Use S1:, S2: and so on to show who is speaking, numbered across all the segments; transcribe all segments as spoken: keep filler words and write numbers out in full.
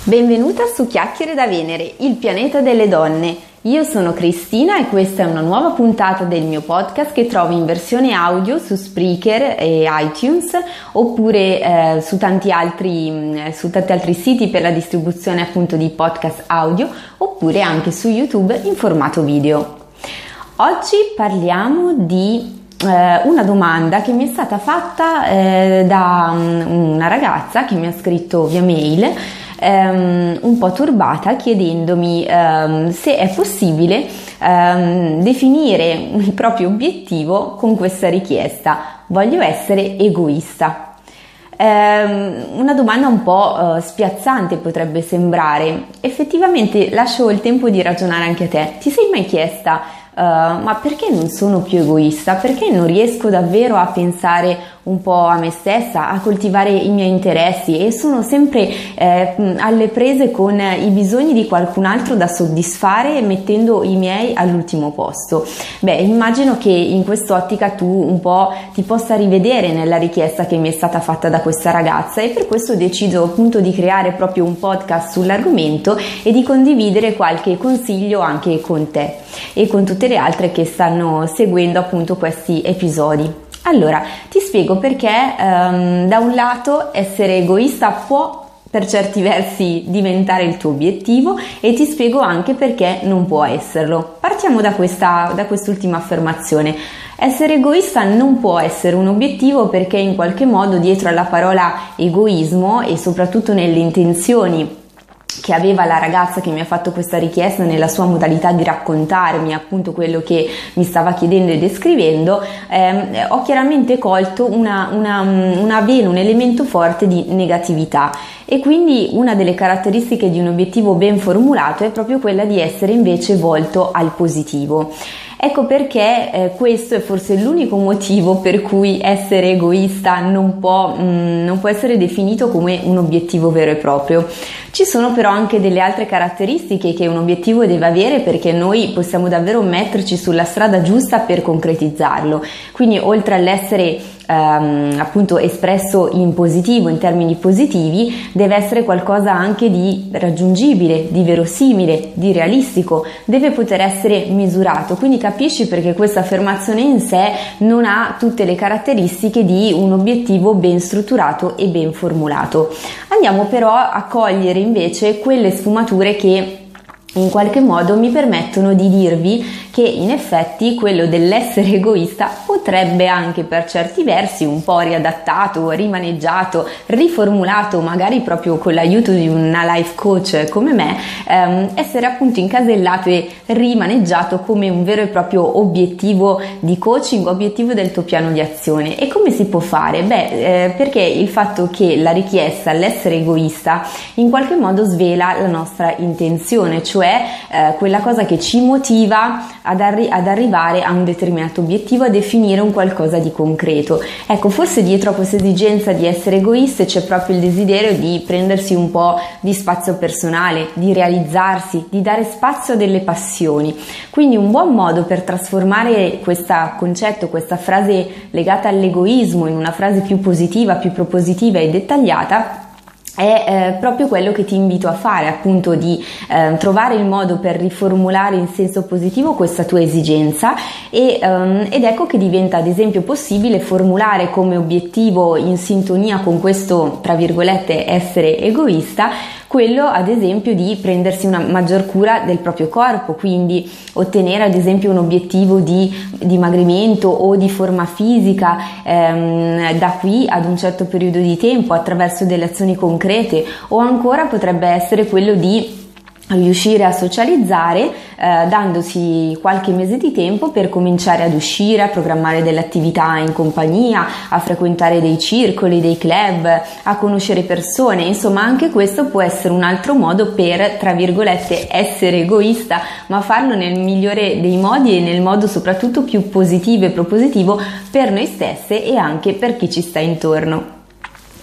S1: Benvenuta su Chiacchiere da Venere, il pianeta delle donne. Io sono Cristina e questa è una nuova puntata del mio podcast che trovi in versione audio su Spreaker e iTunes oppure eh, su tanti altri su tanti altri siti per la distribuzione appunto di podcast audio oppure anche su YouTube in formato video. Oggi parliamo di eh, una domanda che mi è stata fatta eh, da um, una ragazza che mi ha scritto via mail Um, un po' turbata chiedendomi um, se è possibile um, definire il proprio obiettivo con questa richiesta: voglio essere egoista. Um, una domanda un po' uh, spiazzante potrebbe sembrare. Effettivamente lascio il tempo di ragionare anche a te. Ti sei mai chiesta uh, ma perché non sono più egoista? Perché non riesco davvero a pensare un po' a me stessa, a coltivare i miei interessi e sono sempre eh, alle prese con i bisogni di qualcun altro da soddisfare mettendo i miei all'ultimo posto? Beh, immagino che in quest'ottica tu un po' ti possa rivedere nella richiesta che mi è stata fatta da questa ragazza e per questo ho deciso appunto di creare proprio un podcast sull'argomento e di condividere qualche consiglio anche con te e con tutte le altre che stanno seguendo appunto questi episodi. Allora, ti spiego perché um, da un lato essere egoista può per certi versi diventare il tuo obiettivo e ti spiego anche perché non può esserlo. Partiamo da questa, da quest'ultima affermazione. Essere egoista non può essere un obiettivo perché in qualche modo dietro alla parola egoismo e soprattutto nelle intenzioni che aveva la ragazza che mi ha fatto questa richiesta nella sua modalità di raccontarmi appunto quello che mi stava chiedendo e descrivendo, ehm, ho chiaramente colto una, una, una vena, un elemento forte di negatività e quindi una delle caratteristiche di un obiettivo ben formulato è proprio quella di essere invece volto al positivo. Ecco perché eh, questo è forse l'unico motivo per cui essere egoista non può, mh, non può essere definito come un obiettivo vero e proprio. Ci sono però anche delle altre caratteristiche che un obiettivo deve avere perché noi possiamo davvero metterci sulla strada giusta per concretizzarlo. Quindi oltre all'essere ehm, appunto espresso in positivo, in termini positivi, deve essere qualcosa anche di raggiungibile, di verosimile, di realistico, deve poter essere misurato. Quindi capisci perché questa affermazione in sé non ha tutte le caratteristiche di un obiettivo ben strutturato e ben formulato. Andiamo però a cogliere invece quelle sfumature che in qualche modo mi permettono di dirvi che in effetti quello dell'essere egoista potrebbe anche per certi versi un po' riadattato, rimaneggiato, riformulato magari proprio con l'aiuto di una life coach come me, ehm, essere appunto incasellato e rimaneggiato come un vero e proprio obiettivo di coaching, obiettivo del tuo piano di azione. E come si può fare? Beh, eh, perché il fatto che la richiesta all'essere egoista in qualche modo svela la nostra intenzione, cioè eh, quella cosa che ci motiva ad, arri- ad arrivare a un determinato obiettivo, a definire un qualcosa di concreto. Ecco, forse dietro a questa esigenza di essere egoiste c'è proprio il desiderio di prendersi un po' di spazio personale, di realizzarsi, di dare spazio a delle passioni. Quindi un buon modo per trasformare questo concetto, questa frase legata all'egoismo in una frase più positiva, più propositiva e dettagliata è eh, proprio quello che ti invito a fare, appunto di eh, trovare il modo per riformulare in senso positivo questa tua esigenza e, um, ed ecco che diventa ad esempio possibile formulare come obiettivo in sintonia con questo, tra virgolette, essere egoista, quello ad esempio di prendersi una maggior cura del proprio corpo, quindi ottenere ad esempio un obiettivo di dimagrimento o di forma fisica ehm, da qui ad un certo periodo di tempo attraverso delle azioni concrete, o ancora potrebbe essere quello di riuscire a socializzare eh, dandosi qualche mese di tempo per cominciare ad uscire, a programmare delle attività in compagnia, a frequentare dei circoli, dei club, a conoscere persone. Insomma, anche questo può essere un altro modo per, tra virgolette, essere egoista, ma farlo nel migliore dei modi e nel modo soprattutto più positivo e propositivo per noi stesse e anche per chi ci sta intorno.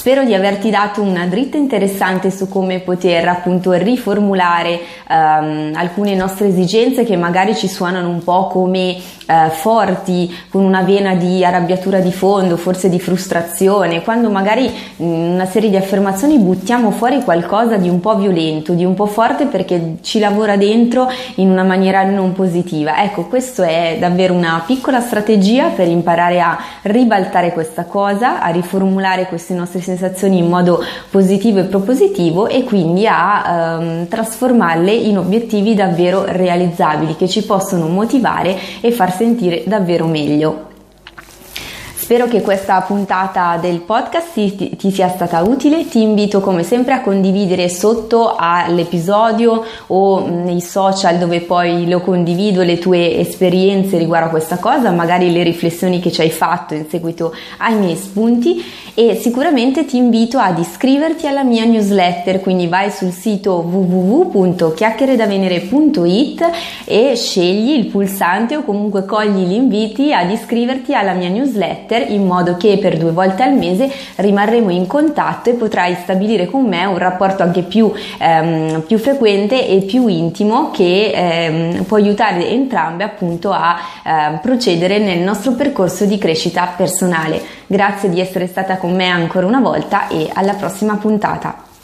S1: Spero di averti dato una dritta interessante su come poter appunto riformulare ehm, alcune nostre esigenze che magari ci suonano un po' come eh, forti, con una vena di arrabbiatura di fondo, forse di frustrazione, quando magari in una serie di affermazioni buttiamo fuori qualcosa di un po' violento, di un po' forte perché ci lavora dentro in una maniera non positiva. Ecco, questo è davvero una piccola strategia per imparare a ribaltare questa cosa, a riformulare queste nostre sensazioni in modo positivo e propositivo e quindi a ehm, trasformarle in obiettivi davvero realizzabili che ci possono motivare e far sentire davvero meglio. Spero che questa puntata del podcast ti, ti sia stata utile. Ti invito come sempre a condividere sotto all'episodio o nei social dove poi lo condivido le tue esperienze riguardo a questa cosa, magari le riflessioni che ci hai fatto in seguito ai miei spunti, e sicuramente ti invito ad iscriverti alla mia newsletter, quindi vai sul sito w w w punto chiacchieredavenere punto it e scegli il pulsante o comunque cogli gli inviti ad iscriverti alla mia newsletter, in modo che per due volte al mese rimarremo in contatto e potrai stabilire con me un rapporto anche più, ehm, più frequente e più intimo che ehm, può aiutare entrambe appunto a eh, procedere nel nostro percorso di crescita personale. Grazie di essere stata con me ancora una volta e alla prossima puntata.